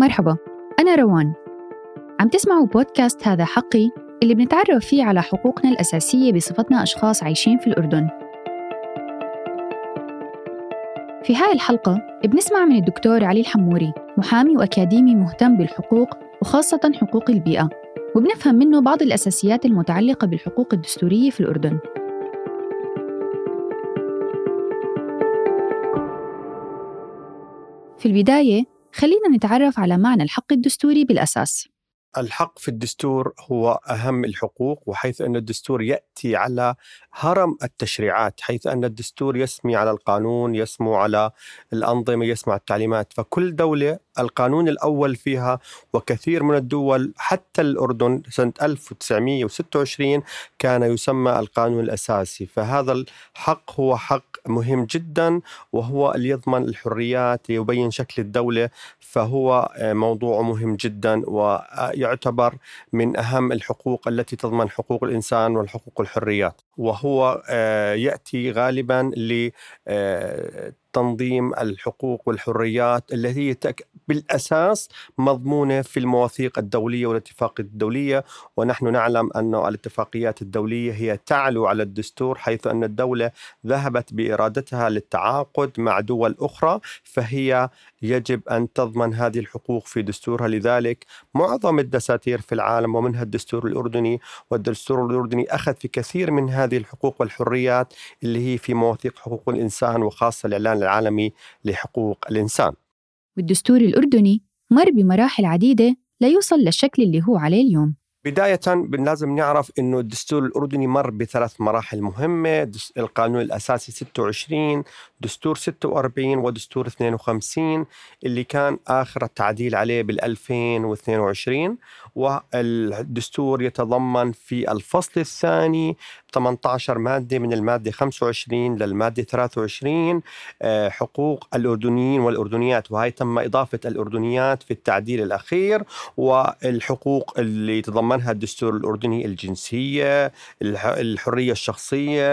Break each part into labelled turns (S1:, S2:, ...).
S1: مرحبا، أنا روان. عم تسمعوا بودكاست هذا حقي اللي بنتعرف فيه على حقوقنا الأساسية بصفتنا أشخاص عايشين في الأردن. في هاي الحلقة بنسمع من الدكتور علي الحموري، محامي وأكاديمي مهتم بالحقوق وخاصة حقوق البيئة، وبنفهم منه بعض الأساسيات المتعلقة بالحقوق الدستورية في الأردن. في البداية خلينا نتعرف على معنى الحق الدستوري بالأساس.
S2: الحق في الدستور هو أهم الحقوق، وحيث أن الدستور يأتي على هرم التشريعات، حيث أن الدستور يسمي على القانون، يسمو على الأنظمة، يسمع التعليمات. فكل دولة القانون الأول فيها، وكثير من الدول حتى الأردن سنة 1926 كان يسمى القانون الأساسي. فهذا الحق هو حق مهم جدا، وهو اللي يضمن الحريات، يبين شكل الدولة. فهو موضوع مهم جدا ويعتبر من أهم الحقوق التي تضمن حقوق الإنسان والحقوق والحريات، وهو يأتي غالبا لتنظيم الحقوق والحريات التي هي بالأساس مضمونة في المواثيق الدولية والاتفاقيات الدولية. ونحن نعلم أن الاتفاقيات الدولية هي تعلو على الدستور، حيث أن الدولة ذهبت بإرادتها للتعاقد مع دول أخرى، فهي يجب أن تضمن هذه الحقوق في دستورها. لذلك معظم الدساتير في العالم ومنها الدستور الأردني، والدستور الأردني أخذ في كثير من هذه الحقوق والحريات اللي هي في مواثيق حقوق الإنسان، وخاصة الإعلان العالمي لحقوق الإنسان.
S1: والدستور الأردني مر بمراحل عديدة ليوصل للشكل اللي هو عليه اليوم.
S2: بداية لازم نعرف أنه الدستور الأردني مر بثلاث مراحل مهمة: القانون الأساسي 26، دستور 46، ودستور 52 اللي كان آخر التعديل عليه بال2022. والدستور يتضمن في الفصل الثاني 18 مادة، من المادة 25 للمادة 23 حقوق الأردنيين والأردنيات، وهي تم إضافة الأردنيات في التعديل الأخير. والحقوق اللي تضمنها الدستور الأردني: الجنسية، الحرية الشخصية،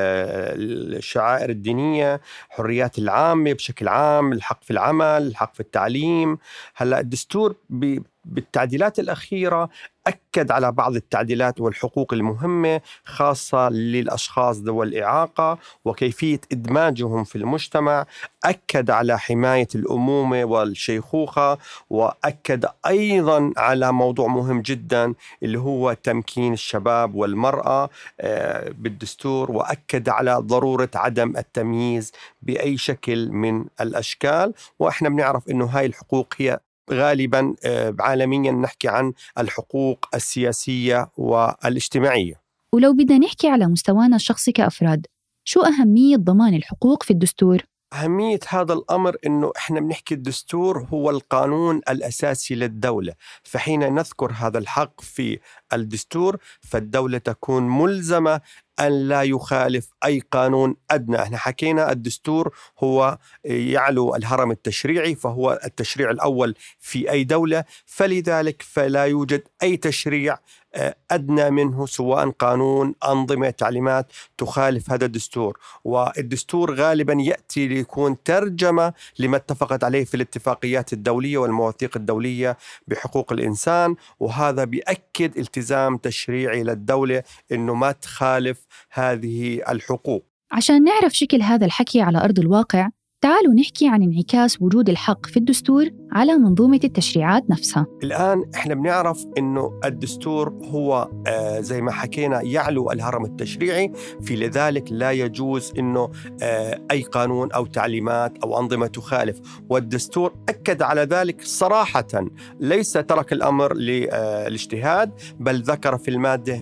S2: الشعائر الدينية، حريات العامة بشكل عام، الحق في العمل، الحق في التعليم. هلأ الدستور بالتعديلات الأخيرة أكد على بعض التعديلات والحقوق المهمة، خاصة للأشخاص ذوي الإعاقة وكيفية إدماجهم في المجتمع. أكد على حماية الأمومة والشيخوخة، وأكد أيضا على موضوع مهم جدا اللي هو تمكين الشباب والمرأة بالدستور، وأكد على ضرورة عدم التمييز بأي شكل من الأشكال. وإحنا بنعرف إنه هاي الحقوق هي غالبا عالميا نحكي عن الحقوق السياسية والاجتماعية.
S1: ولو بدنا نحكي على مستوانا الشخصي كأفراد، شو أهمية ضمان الحقوق في الدستور؟
S2: أهمية هذا الأمر إنه إحنا بنحكي الدستور هو القانون الأساسي للدولة، فحين نذكر هذا الحق في الدستور فالدولة تكون ملزمة أن لا يخالف أي قانون أدنى. احنا حكينا الدستور هو يعلو الهرم التشريعي، فهو التشريع الأول في أي دولة، فلذلك فلا يوجد أي تشريع أدنى منه، سواء قانون، أنظمة، تعليمات تخالف هذا الدستور. والدستور غالبا يأتي ليكون ترجمة لما اتفقت عليه في الاتفاقيات الدولية والمواثيق الدولية بحقوق الإنسان، وهذا بيأكد التزام تشريعي للدولة إنه ما تخالف هذه الحقوق.
S1: عشان نعرف شكل هذا الحكي على أرض الواقع، تعالوا نحكي عن انعكاس وجود الحق في الدستور على منظومة التشريعات نفسها.
S2: الآن إحنا بنعرف إنه الدستور هو زي ما حكينا يعلو الهرم التشريعي، في لذلك لا يجوز إنه أي قانون أو تعليمات أو أنظمة تخالف. والدستور أكد على ذلك صراحة، ليس ترك الأمر للاجتهاد، بل ذكر في المادة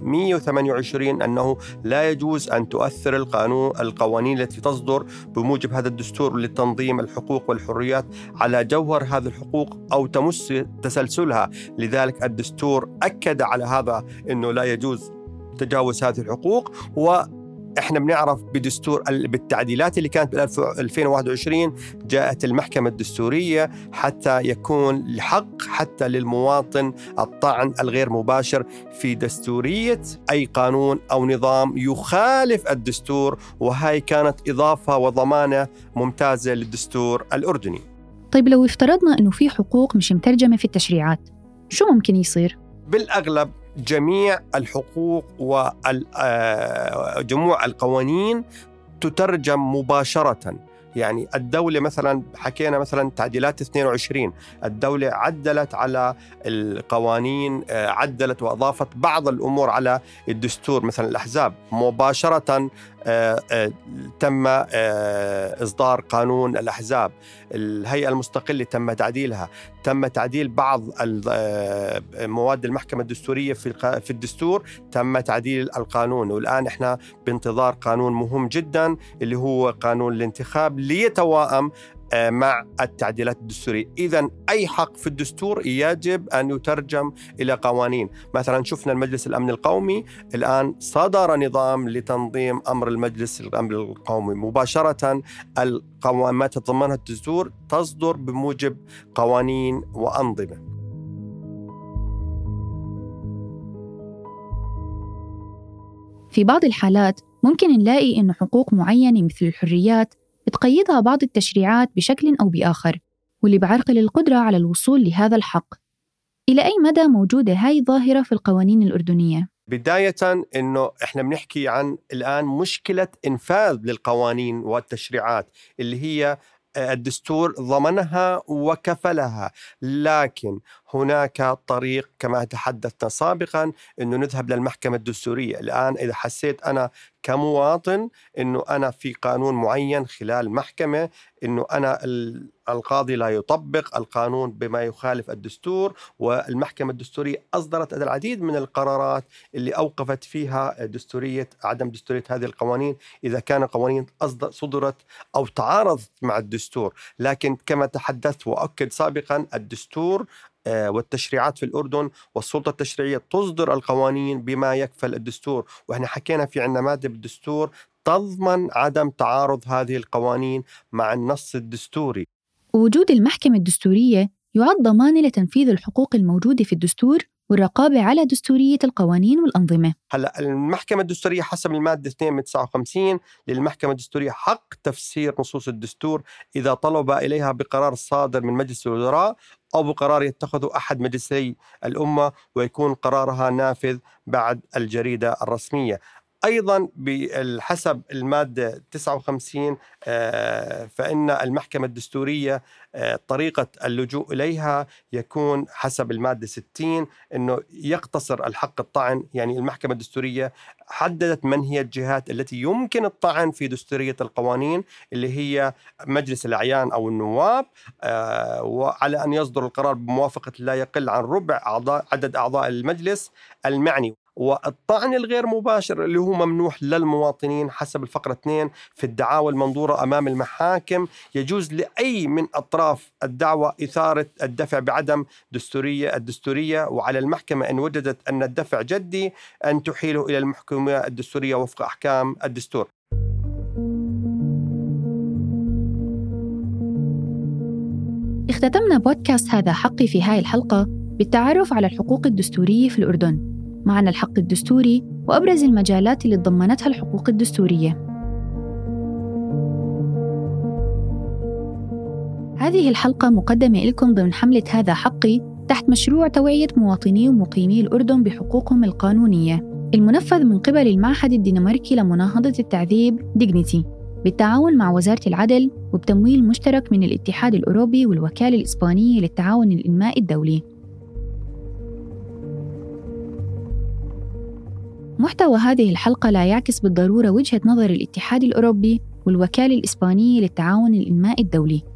S2: 128 أنه لا يجوز أن تؤثر القوانين التي تصدر بموجب هذا الدستور لتنظيم الحقوق والحريات على جوهر هذه الحقوق أو تمس تسلسلها. لذلك الدستور أكد على هذا أنه لا يجوز تجاوز هذه الحقوق. وإحنا بنعرف بالتعديلات اللي كانت ب 2021 جاءت المحكمة الدستورية حتى يكون الحق حتى للمواطن الطعن الغير مباشر في دستورية أي قانون أو نظام يخالف الدستور، وهي كانت إضافة وضمانة ممتازة للدستور الأردني.
S1: طيب لو افترضنا إنه في حقوق مش مترجمة في التشريعات، شو ممكن يصير؟
S2: بالأغلب جميع الحقوق وجموع القوانين تترجم مباشرة. يعني الدولة مثلا حكينا مثلا تعديلات 22 الدولة عدلت على القوانين، عدلت وأضافت بعض الأمور على الدستور، مثلا الأحزاب مباشرة تم إصدار قانون الأحزاب. الهيئة المستقلة تم تعديلها، تم تعديل بعض مواد المحكمة الدستورية في الدستور، تم تعديل القانون. والآن إحنا بانتظار قانون مهم جدا اللي هو قانون الانتخاب ليتوائم مع التعديلات الدستورية. إذن أي حق في الدستور يجب أن يترجم إلى قوانين. مثلا شفنا المجلس الأمن القومي الآن صدر نظام لتنظيم أمر المجلس الأمن القومي مباشرة. ما تتضمنها الدستور تصدر بموجب قوانين وأنظمة.
S1: في بعض الحالات ممكن نلاقي إنه حقوق معينة مثل الحريات بتقيدها بعض التشريعات بشكل أو بآخر، واللي بعرقل القدرة على الوصول لهذا الحق. إلى أي مدى موجودة هاي الظاهرة في القوانين الأردنية؟
S2: بداية إنه إحنا بنحكي عن الآن مشكلة إنفاذ للقوانين والتشريعات اللي هي الدستور ضمنها وكفلها، لكن هناك طريق كما تحدثنا سابقا إنه نذهب للمحكمة الدستورية. الآن إذا حسيت أنا كمواطن إنه أنا في قانون معين خلال محكمة إنه أنا القاضي لا يطبق القانون بما يخالف الدستور، والمحكمة الدستورية أصدرت العديد من القرارات اللي أوقفت فيها عدم دستورية هذه القوانين إذا كان قوانين صدرت أو تعارضت مع الدستور. لكن كما تحدثت وأكد سابقا الدستور والتشريعات في الأردن والسلطة التشريعية تصدر القوانين بما يكفل الدستور، وإحنا حكينا في عنا مادة بالدستور تضمن عدم تعارض هذه القوانين مع النص الدستوري.
S1: وجود المحكمة الدستورية يعد ضمانة لتنفيذ الحقوق الموجودة في الدستور والرقابة على دستورية القوانين والأنظمة.
S2: هلأ المحكمة الدستورية حسب المادة 2 من 59 للمحكمة الدستورية حق تفسير نصوص الدستور إذا طلب إليها بقرار صادر من مجلس الوزراء أو بقرار يتخذه أحد مجلسي الأمة، ويكون قرارها نافذ بعد الجريدة الرسمية. أيضا بحسب المادة 59 فإن المحكمة الدستورية طريقة اللجوء إليها يكون حسب المادة 60 أنه يقتصر الحق الطعن. يعني المحكمة الدستورية حددت من هي الجهات التي يمكن الطعن في دستورية القوانين اللي هي مجلس الأعيان أو النواب، وعلى أن يصدر القرار بموافقة لا يقل عن ربع عدد أعضاء المجلس المعني. والطعن الغير مباشر اللي هو ممنوح للمواطنين حسب الفقرة 2 في الدعاوى المنظورة أمام المحاكم. يجوز لأي من أطراف الدعوة إثارة الدفع بعدم الدستورية، وعلى المحكمة إن وجدت أن الدفع جدي أن تحيله إلى المحكمة الدستورية وفق أحكام الدستور.
S1: اختتمنا بودكاست هذا حقي في هاي الحلقة بالتعرف على الحقوق الدستورية في الأردن، معنى الحق الدستوري وأبرز المجالات اللي تضمنتها الحقوق الدستورية. هذه الحلقة مقدمة لكم ضمن حملة هذا حقي تحت مشروع توعية مواطني ومقيمي الأردن بحقوقهم القانونية المنفذ من قبل المعهد الدنماركي لمناهضة التعذيب ديغنيتي بالتعاون مع وزارة العدل وبتمويل مشترك من الاتحاد الأوروبي والوكالة الإسبانية للتعاون الإنمائي الدولي. محتوى هذه الحلقة لا يعكس بالضرورة وجهة نظر الاتحاد الأوروبي والوكالة الإسبانية للتعاون الإنمائي الدولي،